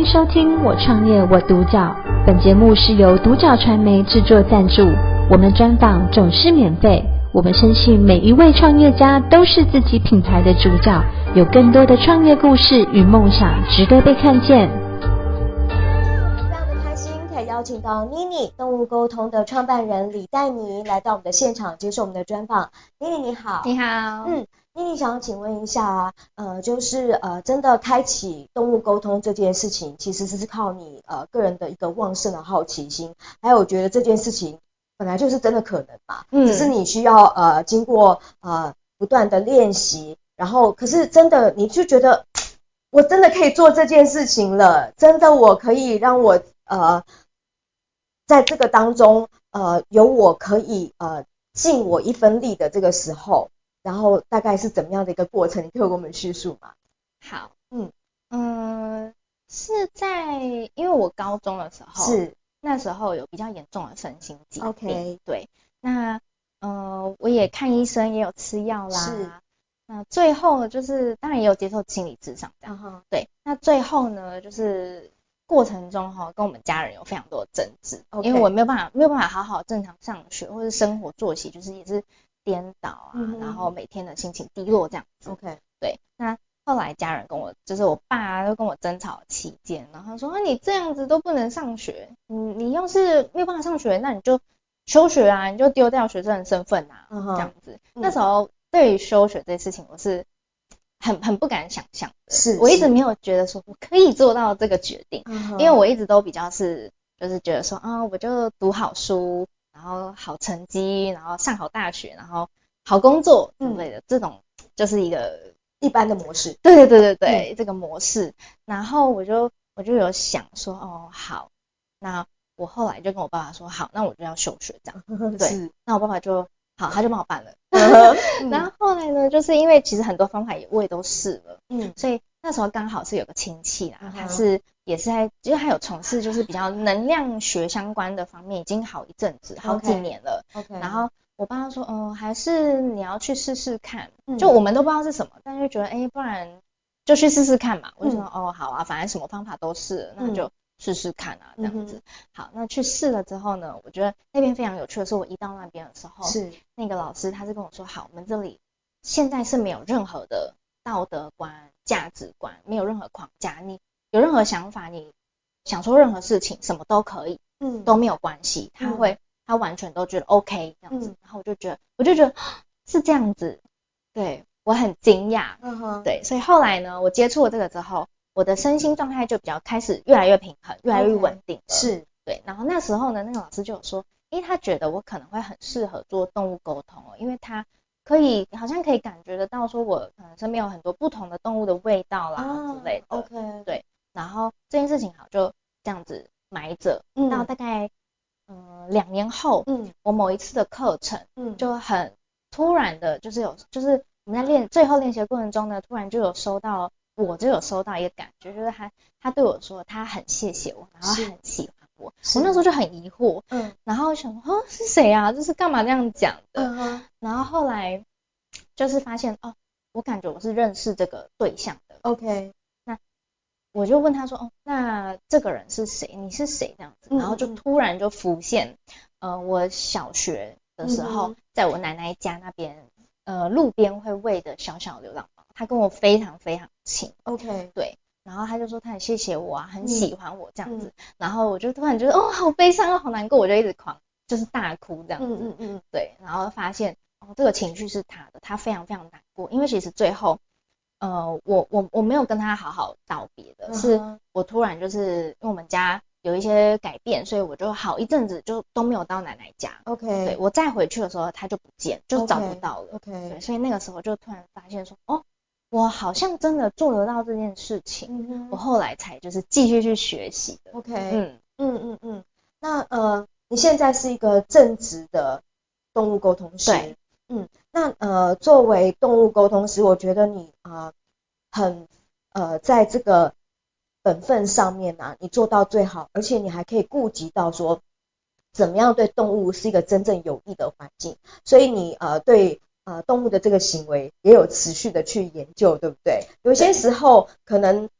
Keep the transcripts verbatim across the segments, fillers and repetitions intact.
收听我创业我独角，本节目是由独角传媒制作赞助，我们专访总是免费，我们深信每一位创业家都是自己品牌的主角，有更多的创业故事与梦想值得被看见。 非常的开心可以邀请到妮妮动物沟通的创办人李黛妮来到我们的现场接受我们的专访。妮妮你好。 你好。 嗯，妮妮想要请问一下，呃，就是呃，真的开启动物沟通这件事情，其实是靠你呃个人的一个旺盛的好奇心，还有我觉得这件事情本来就是真的可能嘛，嗯，只是你需要呃经过呃不断的练习，然后可是真的你就觉得我真的可以做这件事情了，真的我可以让我呃在这个当中呃有我可以呃尽我一分力的这个时候。然后大概是怎么样的一个过程？你可以给我们叙述吗？ 好，嗯嗯、呃，是在因为我高中的时候， 是那时候有比较严重的身心疾病 ，OK， 对，那呃我也看医生，也有吃药啦， 是， 那最后就是当然也有接受心理咨商这样， uh-huh. 对，那最后呢就是过程中哈、哦、跟我们家人有非常多的争执， okay. 因为我没有办法没有办法好好正常上学或是生活作息，就是也是颠倒啊、嗯，然后每天的心情低落这样子。 OK， 对，那后来家人跟我，就是我爸都跟我争吵期间，然后说啊，你这样子都不能上学，你你要是没有办法上学，那你就休学啊，你就丢掉学生的身份啊， uh-huh. 这样子。 嗯、 那时候对于休学这件事情，我是很很不敢想象的， 是， 我一直没有觉得说我可以做到这个决定， uh-huh. 因为我一直都比较是就是觉得说啊，我就读好书，然后好成绩，然后上好大学，然后好工作之类的、嗯、这种就是一个一般的模式。 对对对对对、 嗯、 这个模式。然后我就我就有想说哦好，那我后来就跟我爸爸说好，那我就要休学这样。对，那我爸爸就好，他就帮我办了。嗯、然后后来呢，就是因为其实很多方法也我也都试了，嗯，所以那时候刚好是有个亲戚啦，他是也是在，因为他有从事就是比较能量学相关的方面，已经好一阵子，好几年了。 OK， 然后我爸说，嗯，还是你要去试试看，嗯、就我们都不知道是什么，但是觉得，哎，不然就去试试看嘛。我就说，嗯、哦，好啊，反正什么方法都试了，那就试试看啊，嗯、这样子。好，那去试了之后呢，我觉得那边非常有趣的是，我一到那边的时候，是那个老师他是跟我说，好，我们这里现在是没有任何的道德观、价值观，没有任何框架，你有任何想法，你想说任何事情，什么都可以，嗯，都没有关系，他会。嗯他完全都觉得 OK 这样子、嗯，然后我就觉得，我就觉得是这样子，对，我很惊讶，嗯哼，对，所以后来呢，我接触了这个之后，我的身心状态就比较开始越来越平衡，越来越稳定了， okay, 是，对，然后那时候呢，那个老师就有说，因为他觉得我可能会很适合做动物沟通哦，因为他可以好像可以感觉得到说我可能身边有很多不同的动物的味道啦、啊、之类的 ，OK， 对，然后这件事情好就这样子埋着，嗯，到大概。嗯，两年后，嗯，我某一次的课程，嗯，就很突然的，就是有，就是我们在练最后练习的过程中呢，突然就有收到，我就有收到一个感觉，就是他他对我说他很谢谢我，然后很喜欢我，我那时候就很疑惑，嗯，然后想说，哦，是谁啊？这是干嘛这样讲的？嗯、然后后来就是发现，哦，我感觉我是认识这个对象的 ，OK。 我就问他说，哦，那这个人是谁？你是谁？这样子，然后就突然就浮现，呃，我小学的时候，在我奶奶家那边，呃，路边会喂的小小流浪猫，他跟我非常非常亲 ，OK， 对，然后他就说他很谢谢我啊，很喜欢我这样子，嗯、然后我就突然觉得，哦，好悲伤哦，好难过，我就一直狂，就是大哭这样子，嗯嗯嗯，对，然后发现，哦，这个情绪是他的，他非常非常难过，因为其实最后。呃，我我我没有跟他好好道别的， uh-huh. 是我突然就是因为我们家有一些改变，所以我就好一阵子就都没有到奶奶家。OK， 对，我再回去的时候他就不见，就找不到了。OK， 对，所以那个时候就突然发现说，哦，我好像真的做得到这件事情。Mm-hmm. 我后来才就是继续去学习的。 OK， 嗯嗯嗯嗯，那呃，你现在是一个正职的动物沟通师。 对。 嗯，那呃，作为动物沟通师，我觉得你啊、呃、很呃在这个本分上面啊，你做到最好，而且你还可以顾及到说怎么样对动物是一个真正有益的环境，所以你呃对呃动物的这个行为也有持续的去研究，对不对？有些时候可能呃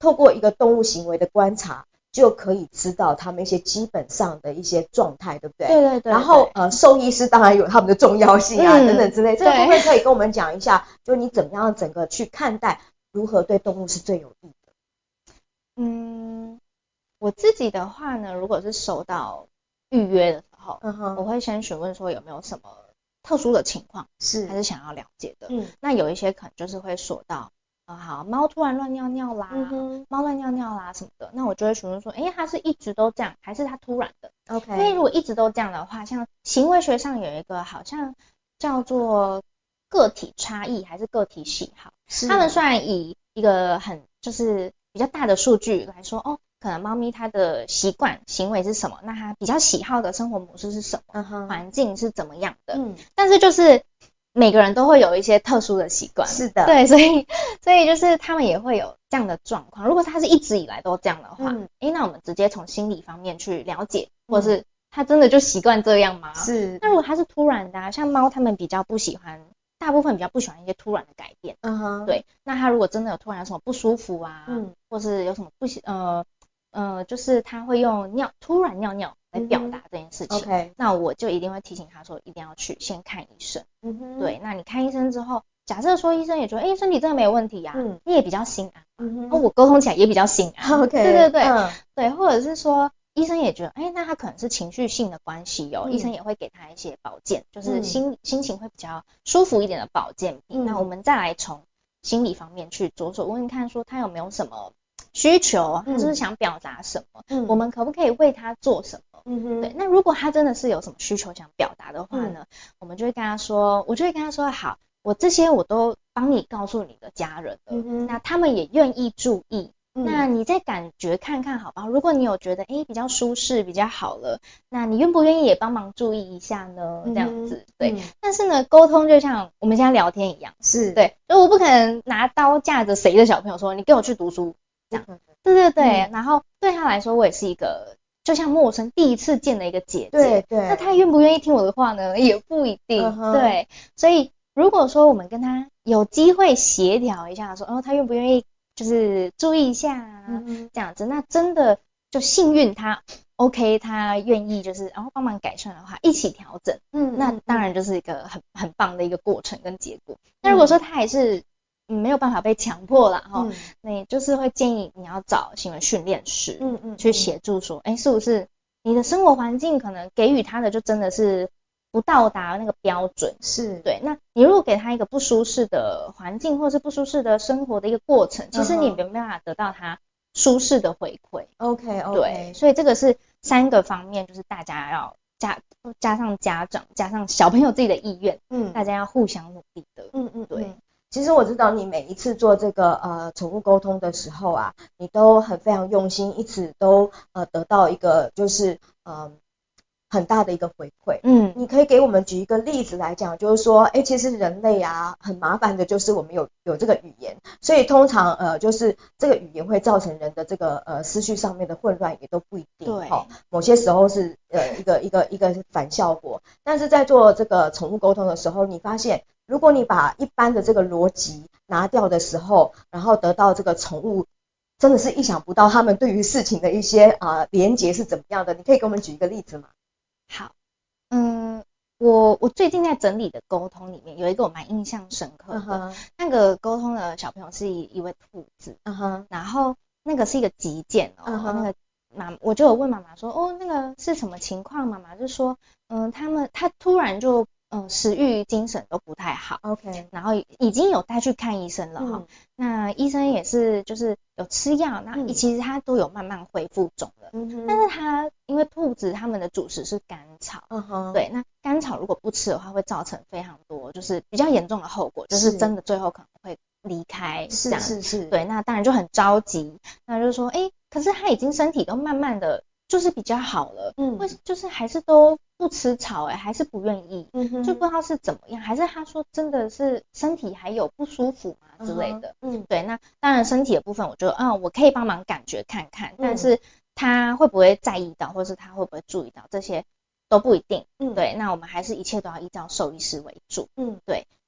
透过一个动物行为的观察，就可以知道他们一些基本上的一些状态，对不对？ 对对 对, 对。 然后呃，兽医师当然有他们的重要性啊，嗯、等等之类。这个部分可以跟我们讲一下，就你怎么样整个去看待，如何对动物是最有益的？ 嗯，我自己的话呢，如果是收到预约的时候，嗯哼，我会先询问说有没有什么特殊的情况，是还是想要了解的。嗯，那有一些可能就是会说到。啊、呃，好，猫突然乱尿尿啦，嗯、猫乱尿尿啦什么的，那我就会询问说，哎，它是一直都这样，还是它突然的 ？OK， 因为如果一直都这样的话，像行为学上有一个好像叫做个体差异还是个体喜好，他们虽然以一个很就是比较大的数据来说，哦，可能猫咪它的习惯行为是什么，那它比较喜好的生活模式是什么，环、uh-huh. 境是怎么样的，嗯，但是就是。每个人都会有一些特殊的习惯， 是的， 对，所以所以就是他们也会有这样的状况。如果他是一直以来都这样的话，嗯，诶，那我们直接从心理方面去了解，或者是他真的就习惯这样吗？ 是。 那如果他是突然的、啊，像猫他们比较不喜欢，大部分比较不喜欢一些突然的改变，嗯哼，对。那他如果真的有突然有什么不舒服啊，嗯，或是有什么不喜呃呃，就是他会用尿突然尿尿。来表达这件事情、嗯 okay. 那我就一定会提醒他说一定要去先看医生、嗯、哼对，那你看医生之后假设说医生也觉得哎身体真的没有问题呀、啊嗯、你也比较心安、嗯哼哦、我沟通起来也比较心安 OK 对对对、嗯、对，或者是说医生也觉得哎那他可能是情绪性的关系哦、嗯、医生也会给他一些保健就是心、嗯、心情会比较舒服一点的保健品、嗯、那我们再来从心理方面去着手问问看说他有没有什么需求，他是不是想表达什么、嗯、我们可不可以为他做什么、嗯、哼对，那如果他真的是有什么需求想表达的话呢、嗯、我们就会跟他说我就会跟他说好，我这些我都帮你告诉你的家人了、嗯、哼那他们也愿意注意、嗯、那你再感觉看看好不好，如果你有觉得诶比较舒适比较好了，那你愿不愿意也帮忙注意一下呢、嗯、这样子对、嗯、但是呢沟通就像我们现在聊天一样，是对，所以我不可能拿刀架着谁的小朋友说你给我去读书这样，对对对、嗯、然后对他来说我也是一个就像陌生第一次见的一个姐姐， 对对， 那他愿不愿意听我的话呢也不一定、uh-huh. 对，所以如果说我们跟他有机会协调一下说哦他愿不愿意就是注意一下啊、嗯、这样子，那真的就幸运他 OK 他愿意就是然后帮忙改善的话一起调整，嗯，那当然就是一个很很棒的一个过程跟结果、嗯、那如果说他还是嗯，没有办法被强迫啦齁、嗯、那也就是会建议你要找行为训练师嗯嗯去协助说诶是不是你的生活环境可能给予他的就真的是不到达那个标准，是对，那你如果给他一个不舒适的环境或是不舒适的生活的一个过程、嗯、其实你没办法得到他舒适的回馈 OK OK 对，所以这个是三个方面，就是大家要加加上家长加上小朋友自己的意愿，嗯，大家要互相努力的，嗯嗯对。 其实我知道你每一次做这个呃宠物沟通的时候啊，你都很非常用心，一直都呃得到一个就是呃很大的一个回馈。嗯，你可以给我们举一个例子来讲，就是说，哎，其实人类啊很麻烦的，就是我们有有这个语言，所以通常呃就是这个语言会造成人的这个呃思绪上面的混乱，也都不一定。对，哦，某些时候是呃一个一个一个反效果，但是在做这个宠物沟通的时候，你发现。如果你把一般的这个逻辑拿掉的时候，然后得到这个宠物，真的是意想不到他们对于事情的一些啊、呃、连结是怎么样的？你可以给我们举一个例子吗？ 好，嗯，我我最近在整理的沟通里面有一个我蛮印象深刻的， uh-huh. 那个沟通的小朋友是一一位兔子，嗯哼，然后那个是一个急件哦， uh-huh. 那个妈我就有问妈妈说，哦，那个是什么情况？妈妈就说，嗯，他们他突然就。嗯，食欲、精神都不太好 ，OK， 然后已经有带去看医生了哈、嗯。那医生也是就是有吃药，那、嗯、其实他都有慢慢恢复中了。嗯、但是他因为兔子他们的主食是甘草，嗯哼，对，那甘草如果不吃的话，会造成非常多就是比较严重的后果，就是真的最后可能会离开这样。是是是，对，那当然就很着急，那就是说，哎，可是他已经身体都慢慢的。就是比较好了，嗯，为就是还是都不吃草哎、欸，还是不愿意，嗯哼，就不知道是怎么样，还是他说真的是身体还有不舒服吗之类的，嗯，对，那当然身体的部分，我就嗯，我可以帮忙感觉看看，嗯、但是他会不会在意到，或是他会不会注意到这些都不一定，嗯，对，那我们还是一切都要依照兽医师为主，嗯，对，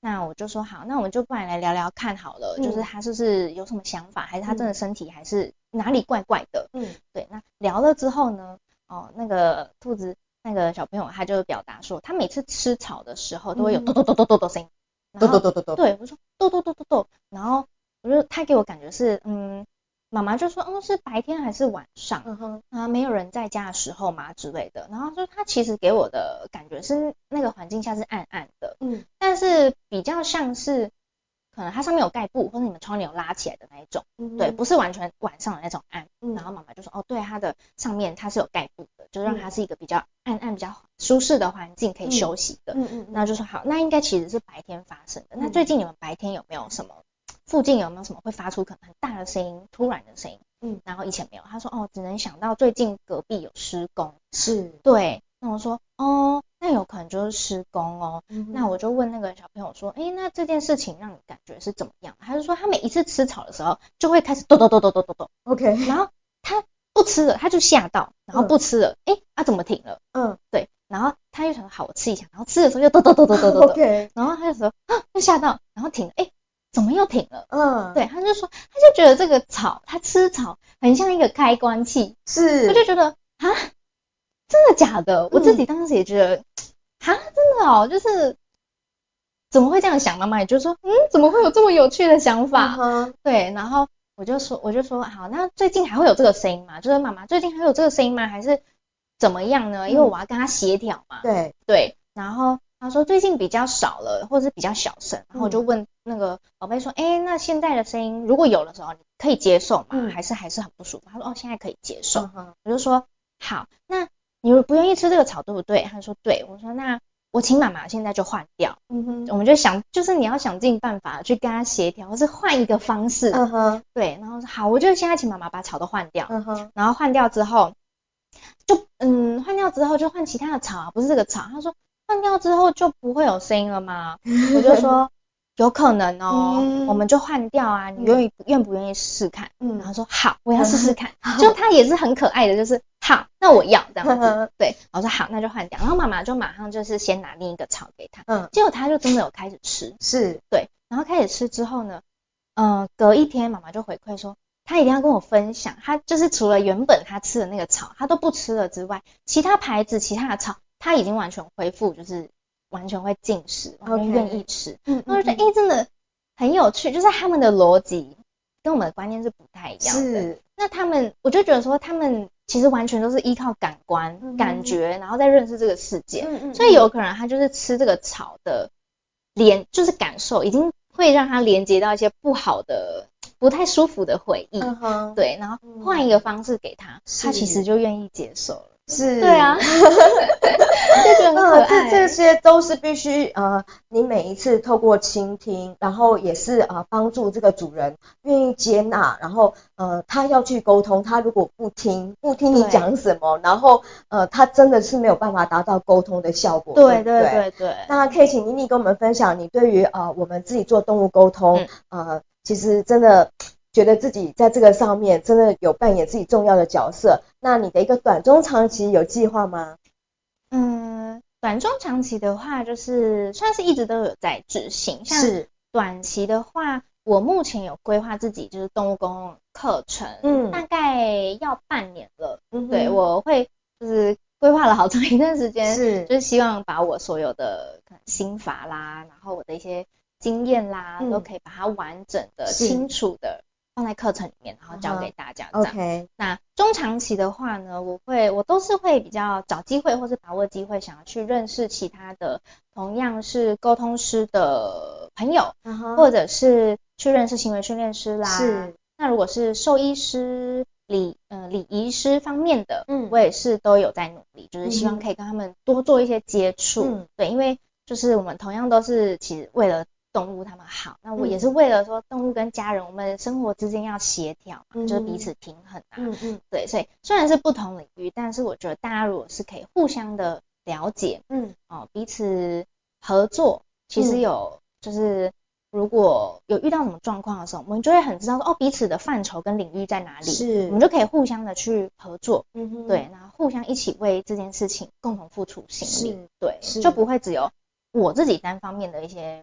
那我就说好，那我们就不然来聊聊看好了，嗯、就是他是不是有什么想法，还是他真的身体还是哪里怪怪的？嗯，对。那聊了之后呢，哦，那个兔子那个小朋友他就表达说，他每次吃草的时候都会有咚咚咚咚咚咚声音，咚咚咚咚咚。对，我说咚咚咚咚咚，然后我就他给我感觉是，嗯，妈妈就说，哦，是白天还是晚上？嗯哼，啊，没有人在家的时候嘛之类的。然后说他其实给我的感觉是那个环境下是暗暗的，嗯，但是比较像是可能它上面有盖布，或者你们窗帘有拉起来的那一种，嗯、对，不是完全晚上的那种暗。嗯、然后妈妈就说，哦，对，它的上面它是有盖布的，就让它是一个比较暗暗、比较舒适的环境，可以休息的。嗯嗯，那就说好，那应该其实是白天发生的。嗯、那最近你们白天有没有什么？附近有没有什么会发出可能很大的声音、突然的声音？嗯，然后以前没有，他说哦，只能想到最近隔壁有施工，是，对。那我说哦，那有可能就是施工哦。嗯、那我就问那个小朋友说，哎，那这件事情让你感觉是怎么样？他就说他每一次吃草的时候就会开始咚咚咚咚咚咚咚 ，OK， 然后他不吃了，他就吓到，然后不吃了，哎、嗯，他、啊、怎么停了？嗯，对。然后他就想好，我吃一下，然后吃的时候又咚咚咚咚咚咚咚 ，OK， 然后他就说啊，又吓到，然后停了，哎。怎么又停了？嗯，对，他就说，他就觉得这个草，他吃草很像一个开关器，是，我就觉得啊，真的假的？嗯、我自己当时也觉得，啊，真的哦，就是怎么会这样想？妈妈也就说，嗯，怎么会有这么有趣的想法？嗯、对，然后我就说，我就说，好，那最近还会有这个声音吗？就是妈妈最近还有这个声音吗？还是怎么样呢？因为我要跟他协调嘛。对对，然后。他说最近比较少了，或者是比较小声，然后我就问那个宝贝说，哎、欸，那现在的声音如果有的时候，你可以接受吗？嗯、还是还是很不舒服？他说哦，现在可以接受。嗯、我就说好，那你不愿意吃这个草对不对？他说对。我说那我请妈妈现在就换掉。嗯哼，我们就想，就是你要想尽办法去跟他协调，或是换一个方式。嗯哼，对，然后说好，我就现在请妈妈把草都换掉。嗯哼，然后换掉之后，就嗯换掉之后就换其他的草啊，不是这个草。他说。换掉之后就不会有声音了吗？我就说有可能哦，嗯、我们就换掉啊，你愿意愿不愿意试试看？嗯、然后说好，我要试试看。嗯、就他也是很可爱的，就是好，那我要这样子。对，我说好，那就换掉。然后妈妈就马上就是先拿另一个草给他，嗯，结果他就真的有开始吃，是，对，然后开始吃之后呢，嗯、呃，隔一天妈妈就回馈说。他一定要跟我分享，他就是除了原本他吃的那个草，他都不吃了之外，其他牌子其他的草。他已经完全恢复，就是完全会进食，完全愿意吃。嗯，我就觉得哎、欸，真的很有趣，就是他们的逻辑跟我们的观念是不太一样的。是，那他们，我就觉得说，他们其实完全都是依靠感官、嗯、感觉，然后再认识这个世界。嗯嗯。所以有可能他就是吃这个草的连，就是感受，已经会让他连接到一些不好的。不太舒服的回忆，嗯哼，对，然后换一个方式给他，他其实就愿意接受了。是，对啊，就觉得很可爱。 这这些都是必须呃，你每一次透过倾听，然后也是呃帮助这个主人愿意接纳，然后呃他要去沟通，他如果不听不听你讲什么，然后呃他真的是没有办法达到沟通的效果。 对对对对 对, 对。 那可以请妮妮跟我们分享你对于呃我们自己做动物沟通，嗯、呃其实真的。觉得自己在这个上面真的有扮演自己重要的角色，那你的一个短中长期有计划吗？ 嗯，短中长期的话，就是算是一直都有在执行。像短期的话，我目前有规划自己就是动物沟通课程，嗯，大概要半年了。嗯，对，我会就是规划了好长一段时间，是，就是希望把我所有的可能心法啦，然后我的一些经验啦，嗯、都可以把它完整的、清楚的。放在课程里面，然后教给大家。Uh-huh. OK。那中长期的话呢，我会我都是会比较找机会或是把握机会，想要去认识其他的同样是沟通师的朋友， uh-huh. 或者是去认识行为训练师啦。是。那如果是兽医师、礼呃礼仪师方面的，嗯，我也是都有在努力，就是希望可以跟他们多做一些接触。嗯，对，因为就是我们同样都是其实为了。动物他们好，那我也是为了说动物跟家人，我们生活之间要协调嘛，嗯、就是彼此平衡啊。嗯嗯。对，所以虽然是不同领域，但是我觉得大家如果是可以互相的了解，嗯，哦，彼此合作，其实有、嗯、就是如果有遇到什么状况的时候，我们就会很知道说哦彼此的范畴跟领域在哪里，是，我们就可以互相的去合作。嗯哼。对，然后互相一起为这件事情共同付出心力。对，就不会只有我自己单方面的一些。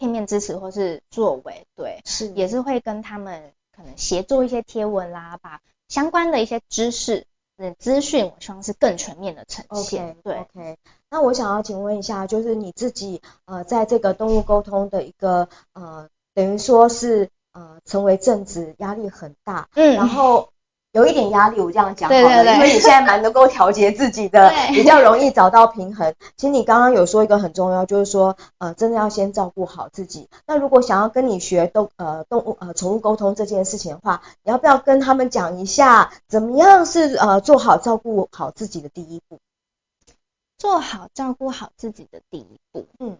片面支持或是作为，对， 是也是会跟他们可能协作一些贴文啦，把相关的一些知识、嗯资讯，我希望是更全面的呈现。 Okay, 对 ，OK。那我想要请问一下，就是你自己呃在这个动物沟通的一个呃等于说是呃成为正职压力很大，嗯，然后有一点压力，我这样讲好了， 对对对， 因为你现在蛮能够调节自己的，比较容易找到平衡。其实你刚刚有说一个很重要，就是说呃真的要先照顾好自己。那如果想要跟你学动呃动物呃宠物沟通这件事情的话，你要不要跟他们讲一下，怎么样是呃做好照顾好自己的第一步？ 做好照顾好自己的第一步，嗯，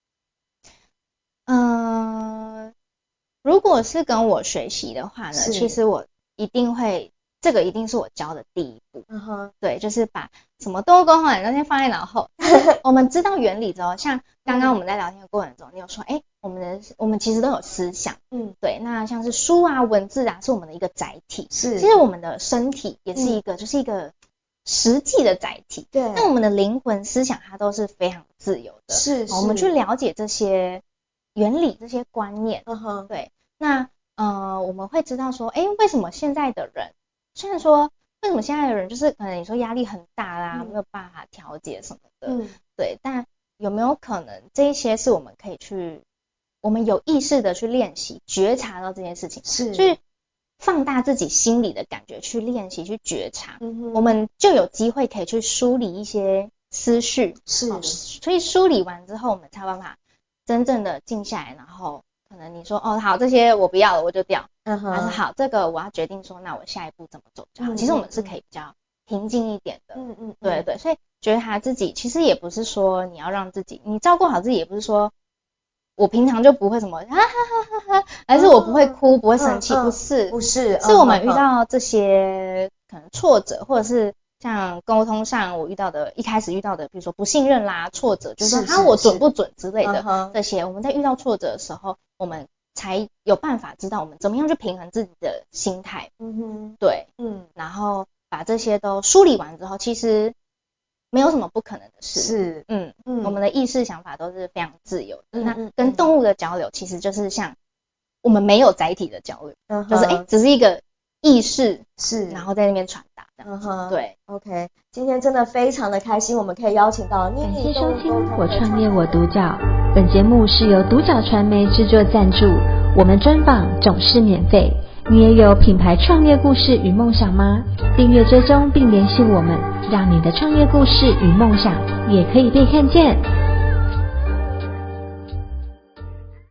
呃，如果是跟我学习的话呢，其实我一定会，这个一定是我教的第一步，嗯哼，对，就是把什么动物沟通那先放在脑后，我们知道原理之后，像刚刚我们在聊天的过程中，你有说，哎，我们的我们其实都有思想，嗯，对，那像是书啊、文字啊，是我们的一个载体，是，其实我们的身体也是一个，嗯、就是一个。实际的载体，对，那我们的灵魂思想它都是非常自由的，是，是我们去了解这些原理、这些观念，嗯哼，对，那呃我们会知道说，哎，为什么现在的人，虽然说为什么现在的人就是可能你说压力很大啦，嗯、没有办法调节什么的，嗯，对，但有没有可能这一些是我们可以去，我们有意识的去练习，觉察到这件事情，是，去放大自己心里的感觉，去练习，去觉察，嗯、我们就有机会可以去梳理一些思绪，是、哦，所以梳理完之后，我们才有办法真正的静下来，然后可能你说哦好，这些我不要了，我就掉，嗯哼，还是好，这个我要决定说，那我下一步怎么走就好。嗯、其实我们是可以比较平静一点的，嗯嗯，对对，所以觉察自己，其实也不是说你要让自己，你照顾好自己，也不是说。我平常就不会什么，哈哈哈哈哈，还是我不会哭，不会生气，不是，不是，是我们遇到这些可能挫折，或者是像沟通上我遇到的，一开始遇到的，比如说不信任啦、挫折，就是说啊我准不准之类的这些，我们在遇到挫折的时候，我们才有办法知道我们怎么样去平衡自己的心态，嗯哼，对，嗯，然后把这些都梳理完之后，其实。没有什么不可能的事，是，嗯嗯，我们的意识想法都是非常自由的。嗯、那跟动物的交流，其实就是像我们没有载体的交流，嗯、就是哎，只是一个意识，是，然后在那边传达的。嗯哼，对 ，OK， 今天真的非常的开心，我们可以邀请到妮妮。 感谢收听《我创业我独角》，本节目是由独角传媒制作赞助，我们专访总是免费。你也有品牌创业故事与梦想吗？订阅追踪并联系我们，让你的创业故事与梦想也可以被看见。